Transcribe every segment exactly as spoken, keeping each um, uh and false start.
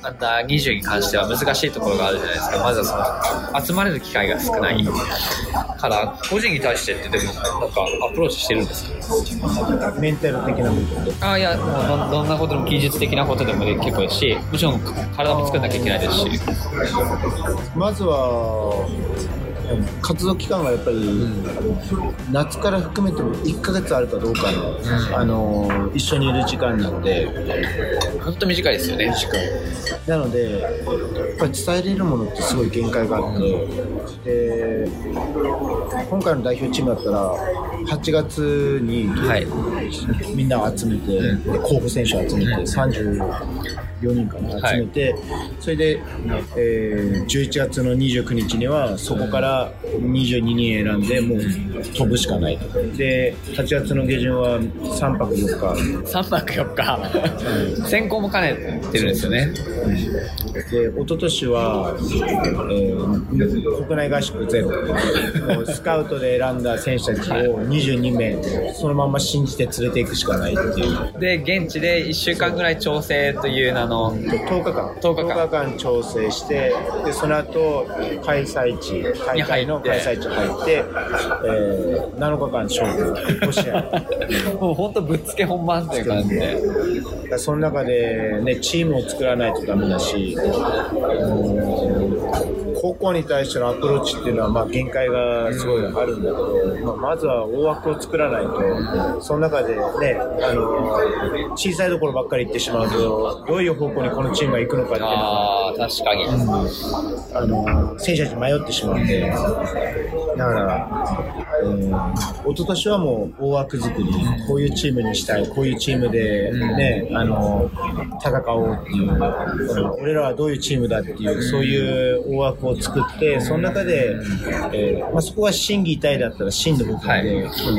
アンダーにじゅうに関しては難しいところがあるじゃないですか。まずはその集まれる機会が少ないから個人に対してってでもなんかアプローチしてるんですか？ メンタル的な部分で。 ああいやもう ど, どんなことでも技術的なことでも結構ですし、もちろん体も作んなきゃいけないですし、 まずは活動期間がやっぱり、うん、夏から含めてもいっかげつあるかどうかの、うん、あの一緒にいる時間なので本当短いですよね。 短いなのでやっぱり伝えれるものってすごい限界があって、うん、で今回の代表チームだったらはちがつに、はい、みんなを集めて、うん、候補選手を集めて、うん、さんじゅうよにんかな集めて、はい、それで、えー、じゅういちがつのにじゅうくにちにはそこからにじゅうににん選んでもう飛ぶしかないで、はちがつの下旬はさんぱくよっかさんぱくよっか選考も兼ねてるんですよね。 で一昨年は、えー、国内合宿ゼロもうスカウトで選んだ選手たちをにじゅうにめいそのまま信じて連れていくしかないっていうで現地でいっしゅうかんぐらい調整という名のとおかかんとおかかん調整してでその後開催地大会の開催地に入って、えー、なのかかん勝負ご試合もう本当ぶっつけ本番っていう感じでその中で、ね、チームを作らないとダメだし、高校に対してのアプローチっていうのはまあ限界がすごいあるんだけど、まあ、まずは大枠を作らないとその中でねあの小さいところばっかり行ってしまうとどういう方向にこのチームが行くのかっていうのはあ確かに、 うん、あの選手たち迷ってしまうんでだから、えー、一昨年はもう大枠作りこういうチームにしたいこういうチームで、ね、あの戦おうっていう俺らはどういうチームだっていうそういう大枠を作ってその中で、えーまあ、そこは心技体だったら心の部分で、はい、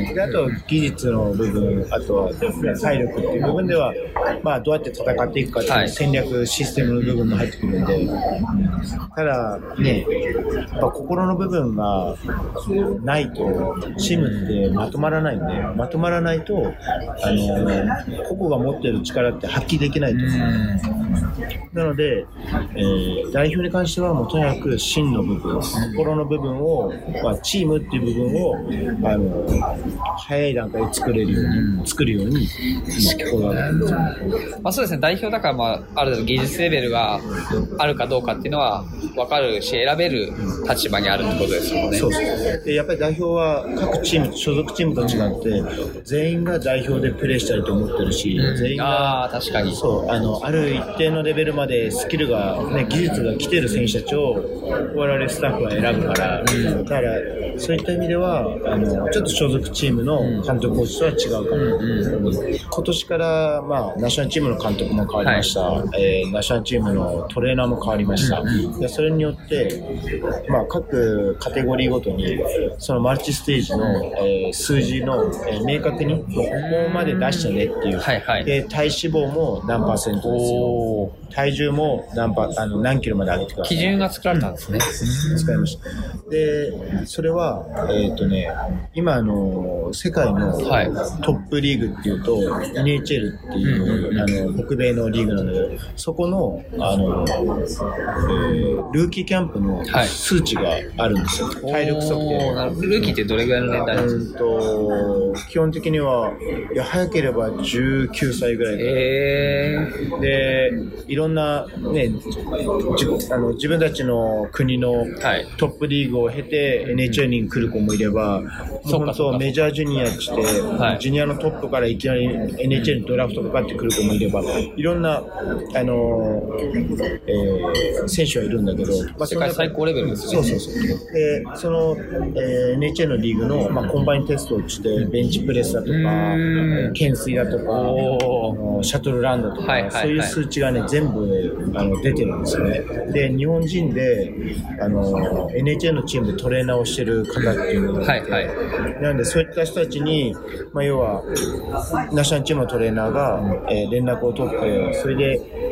であと技術の部分あとは体力っていう部分では、まあ、どうやって戦っていくかっていう戦略、はい、システムの部分も入ってくるんでただねやっぱ心の部分がないとチームってまとまらないんでまとまらないとあの個々が持っている力って発揮できないと思うなので、えー、代表に関してはもうとにかく心の部分心の部分を、まあ、チームっていう部分をあの早い段階で作れるように作るように今心がけてます、 まあ、そうですね代表だから、まあ、ある程度技術レベルがあるかどうかっていうのは分かるし選べる立場にあるってことですよね。 そうですでやっぱり代表は各チーム所属チームと違って全員が代表でプレーしたいと思ってるし、うん、全員があ確かにそうあのある一定のレベルまでスキルが、ね、技術が来てる選手たちを我々スタッフは選ぶから、うん、だからそういった意味ではあのちょっと所属チームの監督コーチとは違うかなと、うんうん、今年から、まあ、ナショナルチームの監督も変わりました、はいえー、ナショナルチームのトレーナーも変わりました、うんうん、でそれによって、まあ、各カテゴリーごとにそのマルチステージの、えー、数字の、えー、明確にここまで出してねっていう、はいはい、で体脂肪も何パーセントですよ体重も 何, パあの何キロまで上げてください基準が作られたんですね、 うん、使いましたでそれは、えーとね、今あの世界のトップリーグっていうと、はい、エヌエイチエル っていう、うんうん、あの北米のリーグなのでそこの、あの、えー、ルーキーキャンプの数値があるんですよ、はい、体力測定ルーキーってどれぐらいの年代なんですか？ うんと基本的にはいや早ければじゅうきゅうさいぐらいから、えー、でいろんな、ね、あの自分たちの国のトップリーグを経て エヌエイチエル に来る子もいれば、本当メジャージュニアして、はい、ジュニアのトップからいきなり エヌエイチエル にドラフトかかってくる子もいればいろんな、あのえー、選手はいるんだけど、 まあ、世界最高レベルですね。そうそうそうでその、えー、エヌエイチエル のリーグの、まあ、コンバインテストをしてベンチプレスだとか懸垂だとかシャトルランだとか、はいはいはい、そういう数値がね全部あの出てるんですよね。で日本人であの エヌエイチエル のチームでトレーナーをしてる方っていうのがいて、はいはい、なのでそういった人たちに、まあ、要はナショナルチームのトレーナーが、えー、連絡を取ってそれで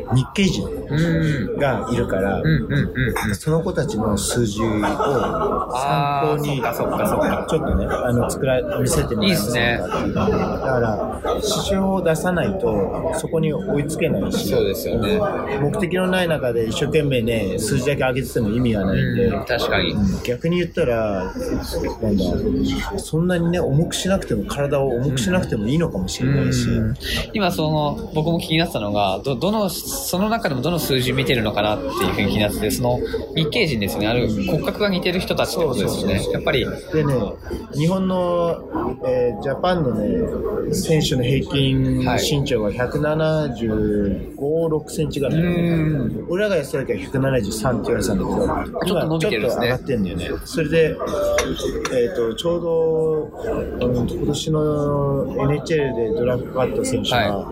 日系人がいるから、その子たちの数字を参考にちょっとねあの作ら見せてみます。 いいですね。 だから指標を出さないとそこに追いつけないし、 そうですよね。 目的のない中で一生懸命ね数字だけ上げてても意味がないんで、 うん、確かに逆に言ったらなんだそんなにね重くしなくても体を重くしなくてもいいのかもしれないし、 うん、今その僕も気になってたのが ど, どのその中でもどの数字見てるのかなっていうふうに気になってて、その日系人ですよね、ある骨格が似てる人たちってことですよね。やっぱりでね日本の、えー、ジャパンのね選手の平均身長がひゃくななじゅうご、ろくセンチぐらい、うん、俺らがやってた時はひゃくななじゅうさんって言われてたんだけど、 ちょっと伸びてるんですね。 ちょっと上がってんだよね。それで、えー、とちょうど、うん、今年の エヌエイチエル でドラフトがあった選手が、はい、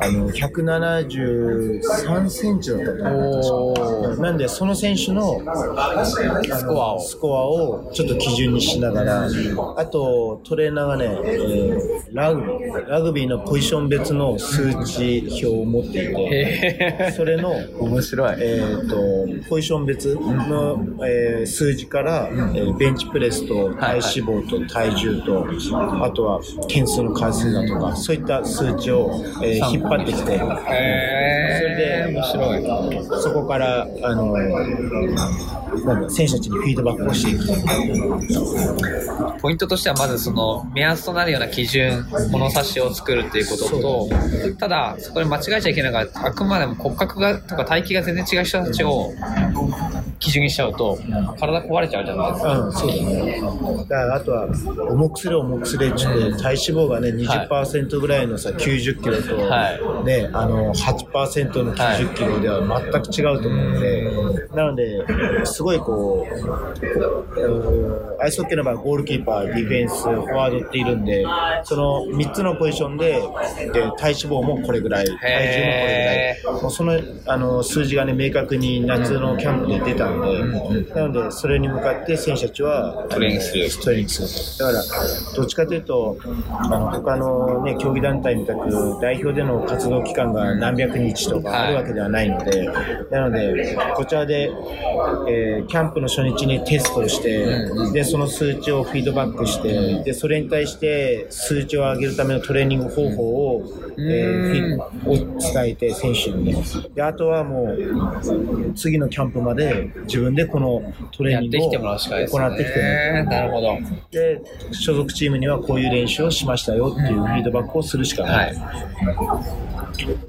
あのひゃくななじゅうさんセンチだったと思う。なんでその選手のスコアをスコアをちょっと基準にしながら、あとトレーナーがね、えー、ラグビーラグビーのポジション別の数値表を持っていて、それの面白い、 えー、とポジション別の、えー、数字から、えー、ベンチプレスと体脂肪と体重と、あとは件数の回数だとかそういった数値を、えー、引っ張ってきて、 へー、 それで面白い。 そこからあのなんだ選手たちにフィードバックをしていく。 ポイントとしてはまずその目安となるような基準物差しを作るっていうことと、ただそこで間違えちゃいけないのがあくまでも骨格がとか体型が全然違う人たちを基準にしちゃうと体壊れちゃうじゃないですか。 うん、そうだね。だからあとは重くすれ重くすれって言って、うん、体脂肪がね にじゅっパーセント ぐらいのさ、はい、きゅうじゅっキロと、はい、ねあの はちパーセント のきゅうじゅっキロでは全く違うと思うので、うん、なのですごいこうアイスホッケーの場合ゴールキーパー、ディフェンス、フォワードっているんで、そのみっつのポジションで、で体脂肪もこれぐらい、体重もこれぐらい、もうそのあの数字がね明確に夏のキャンプで出たんで、うん、なのでそれに向かって選手たちはトレーニングするトレーニングする。だからどっちかというとあの他のね競技団体みたく代表での活動期間が何百日とかあるわけではないので、はい、なのでこちらで、えー、キャンプの初日にテストをして、うん、でその数値をフィードバックして、でそれに対して数値を上げるためのトレーニング方法を、うんえー、を伝えて選手に、ね、であとはもう次のキャンプまで自分でこのトレーニングを行ってきてもらうしかないですね。 なるほど。 で所属チームにはこういう練習をしましたよっていうフィードバックをするしかない、うんはい、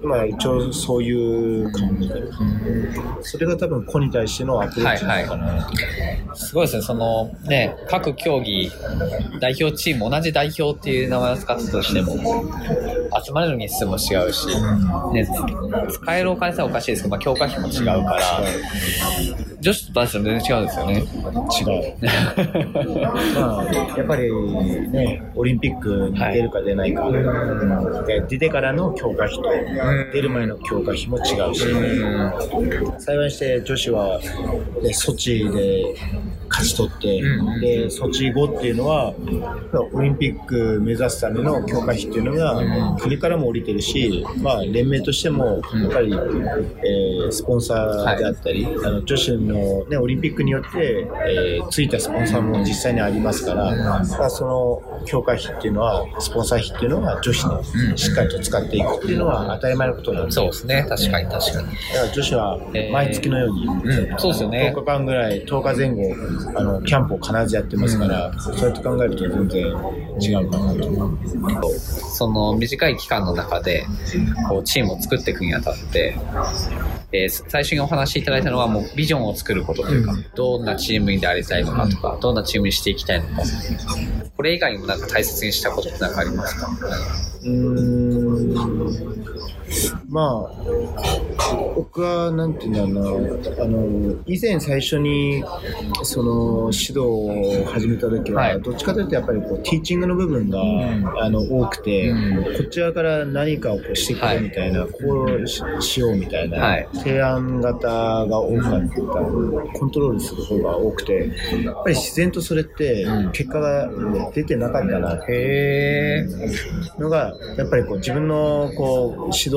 まあ一応そういう感じで、うん、それが多分個に対してのアプローチなのかな、はいはい、 すごいですね。そのね各競技代表チーム同じ代表っていう名前を使ったとしても集まれる日数も違うし、ね、使えるお金さえおかしいですけど、まあ、強化費も違うから、うん、女子と男子と全然違うんですよね。 違うまあやっぱりねオリンピックに出るか出ないか、はい、で出てからの強化費と出る前の強化費も違うし、うん、幸いして女子は、ね、ソチで勝ち取って、うん、でソチ後っていうのはオリンピック目指すための強化費っていうのが、うん、国からも降りてるし、まあ、連盟としてもやっぱり、うんえー、スポンサーであったり、はい、あの女子の、ね、オリンピックによって、えー、ついたスポンサーも実際にありますから、うん、まあ、その強化費っていうのはスポンサー費っていうのは女子にしっかりと使っていくっていうのは当たり前のことなんで、 そうですね。確かに確かに。 だから女子は毎月のように、 えーうん、そうですよね。 とおかかんぐらいとおかぜん後あのキャンプを必ずやってますから、うん、そうやって考えると全然違うかなと思う。 その短い期間の中でこうチームを作っていくにあたって、えー、最初にお話しいただいたのはもうビジョンを作ることというか、うん、どんなチームにでありたいのかとか、うん、どんなチームにしていきたいのか、これ以外にもなんか大切にしたことって何かありますか？ うーんまあ僕はなんていうんだろうな、あの以前最初にその指導を始めた時は、はい、どっちかというとやっぱりこうティーチングの部分が、うん、あの多くて、うん、こっち側から何かをこうしてくれみたいな、はい、こう し, しようみたいな、はい、提案型が多かった、コントロールする方が多くて、やっぱり自然とそれって結果が出てなかったなっていうのがやっぱりこう自分のこう指導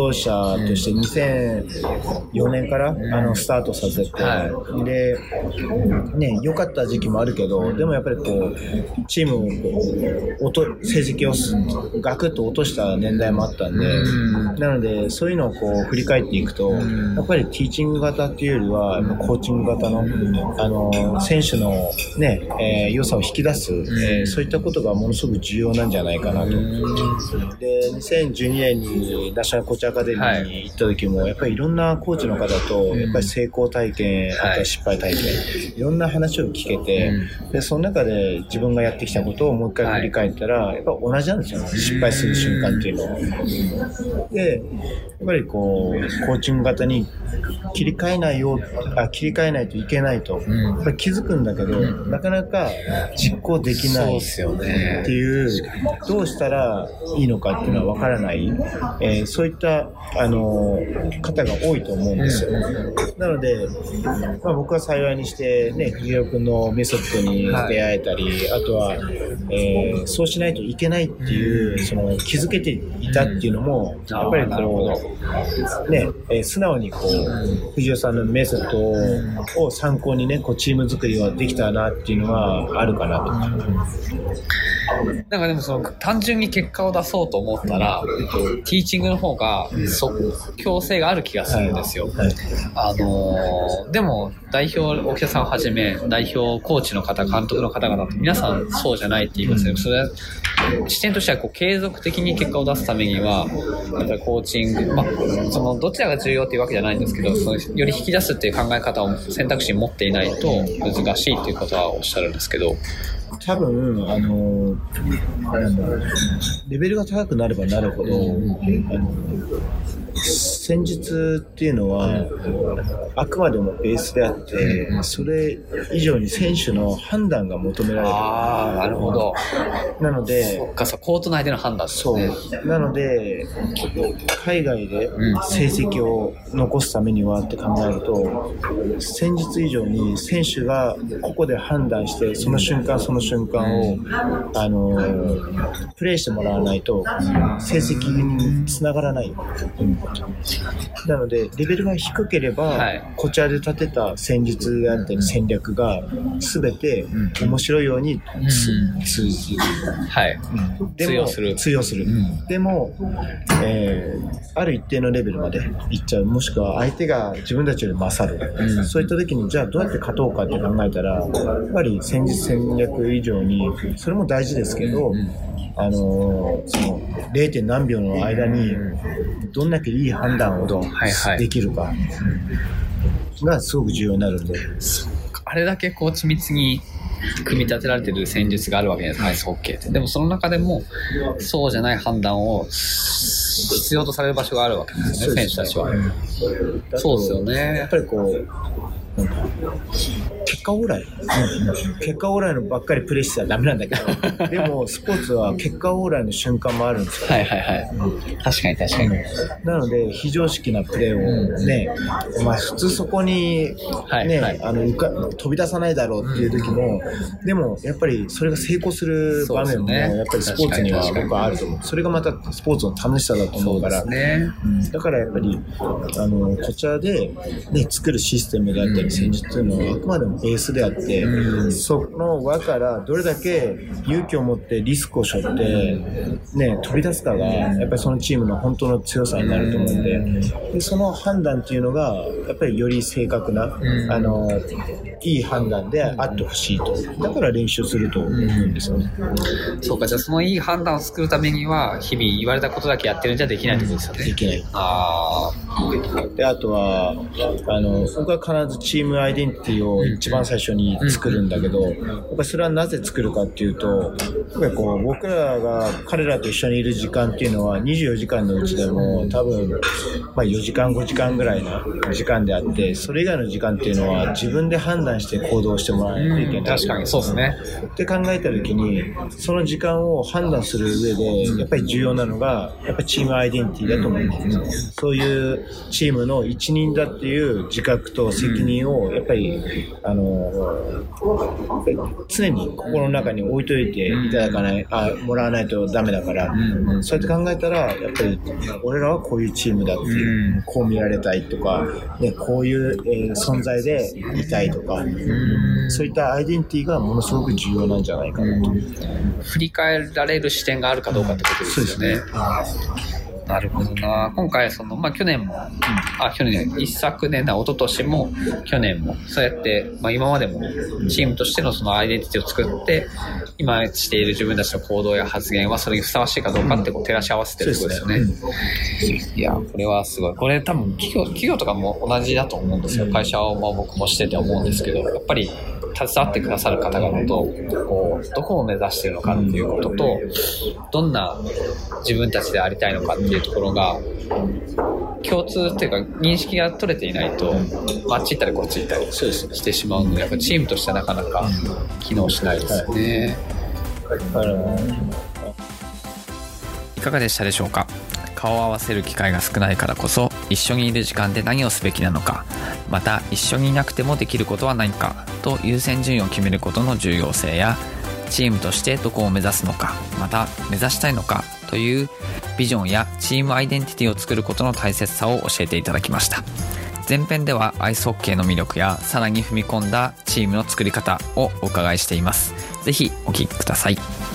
導者としてにせんよねんからあのスタートさせて、はい、でね良かった時期もあるけど、でもやっぱりこうチームをこう音成績をガクッと落とした年代もあったんで、なのでそういうのをこう振り返っていくと、やっぱりティーチング型っていうよりはやっぱコーチング型のあの選手のね、えー、良さを引き出す、えー、そういったことがものすごく重要なんじゃないかなと。でにせんじゅうにねんにナショナルコーチアカデミーに行った時も、やっぱりいろんなコーチの方とやっぱり成功体験、あとは失敗体験、いろんな話を聞けて、でその中で自分がやってきたことをもう一回振り返ったら、やっぱ同じなんですよね、失敗する瞬間っていうのは。でやっぱりこうコーチング型に切り替えないよあ切り替えないといけないと、やっぱり気づくんだけど、なかなか実行できないっていう、どうしたらいいのかっていうのは分からない、えー、そういったあの方が多いと思うんですよ。なので、まあ、僕は幸いにしてね、藤原君のメソッドに出会えたり、はい、あとは、えー、そうしないといけないっていうその気づけていたっていうのも、やっぱりこうね、えー、素直にこう藤原さんのメソッドを参考にね、こうチーム作りはできたなっていうのはあるかなと。 なんかでもその単純に結果を出そうと思ったら、ティーチングの方が即興性がある気がするんですよ。はいはい、あのー、でも代表沖田さんをはじめ代表コーチの方、監督の方々って皆さんそうじゃないって言いますよ。それは視点としてはこう継続的に結果を出すためには、やっぱりコーチング、まあ、そのどちらが重要っていうわけじゃないんですけど、そのより引き出すっていう考え方を選択肢に持っていないと難しいっていうことはおっしゃるんですけど、 多分あのあのレベルが高くなればなるほど、うん、あの戦術っていうのはあくまでもベースであって、それ以上に選手の判断が求められる。 ああ、なるほど。 なので、 そっか、そう、コート内での判断ですね。 そう。なので、海外で成績を残すためにはって考えると、戦術以上に選手がここで判断して、その瞬間その瞬間を、あのプレーしてもらわないと成績につながらない。うん、なのでレベルが低ければ、はい、こちらで立てた戦術であったり戦略が全て面白いように通じる、 はい、うん、でも通用する、 通用する、うん、でも、えー、ある一定のレベルまでいっちゃう、もしくは相手が自分たちより勝る、うん、そういった時にじゃあどうやって勝とうかって考えたら、やっぱり戦術戦略以上にそれも大事ですけど、うん、あのー、その れい. 何秒の間にどんだけいい判断をできるかがすごく重要になるんで、 あれだけこう緻密に組み立てられている戦術があるわけです、アイスホッケーって。でもその中でもそうじゃない判断を必要とされる場所があるわけですよね、選手たちは。そうですよね。 やっぱりこうなんか結果オーライ、うん、結果オーライのばっかりプレーしてはダメなんだけどでもスポーツは結果オーライの瞬間もあるんですよ。 はいはいはい、うん、確かに確かに。 なので非常識なプレーをね、うん、まあ普通そこにね、はいはい、あの飛び出さないだろうっていう時も、うん、でもやっぱりそれが成功する場面もやっぱりスポーツには僕はあると思う。それがまたスポーツの楽しさだと思うから、 そうですね、 うん、だからやっぱりあのこちらで、ね、作るシステムであったり戦術というのはあくまでもベースであって、うん、その輪からどれだけ勇気を持ってリスクを背負って、ね、飛び出すかがやっぱりそのチームの本当の強さになると思うんで、でその判断っていうのがやっぱりより正確な、うん、あのいい判断であってほしいと。だから練習すると思うんですよね。 そうか、じゃあそのいい判断を作るためには日々言われたことだけやってるんじゃできないってことですよね。 できない。 あであとはあの僕は必ずチームアイデンティティを一番最初に作るんだけど、やっぱりそれはなぜ作るかっていうと、やっぱりこう僕らが彼らと一緒にいる時間っていうのはにじゅうよじかんのうちでも多分、まあ、よじかんごじかんぐらいな時間であって、それ以外の時間っていうのは自分で判断関して行動してもらわないといけない、うん、 確かにそうですねって考えた時にその時間を判断する上でやっぱり重要なのがやっぱりチームアイデンティティだと思います、うん、そういうチームの一員だっていう自覚と責任をやっぱり、あの常に心の中に置いといていただかない、あもらわないとダメだから、うん、そうやって考えたらやっぱり俺らはこういうチームだっていう、うん、こう見られたいとか、ね、こういう、えー、存在でいたいとか、うん、そういったアイデンティティがものすごく重要なんじゃないかなと、うん、 振り返られる視点があるかどうかってことですよね、うん、そうですね。なるほどな。今回その、まあ、去年も、うん、あ去年一昨年な一昨年も去年もそうやって、まあ、今までもチームとしてのそのアイデンティティを作って今している自分たちの行動や発言はそれにふさわしいかどうかってこう照らし合わせてるってことですよね、うん、いやこれはすごい。これ多分企業、企業とかも同じだと思うんですよ。会社をまあ僕もしてて思うんですけど、やっぱり携わってくださる方々とこうどこを目指しているのかっていうことと、どんな自分たちでありたいのかっていうところが共通っていうか認識が取れていないとあっち行ったりこっち行ったりしてしまうので、やっぱチームとしてはなかなか機能しないですね、はい、いかがでしたでしょうか。顔を合わせる機会が少ないからこそ一緒にいる時間で何をすべきなのか、また一緒にいなくてもできることは何かと優先順位を決めることの重要性や、チームとしてどこを目指すのか、また目指したいのかというビジョンやチームアイデンティティを作ることの大切さを教えていただきました。前編ではアイスホッケーの魅力やさらに踏み込んだチームの作り方をお伺いしています。ぜひお聞きください。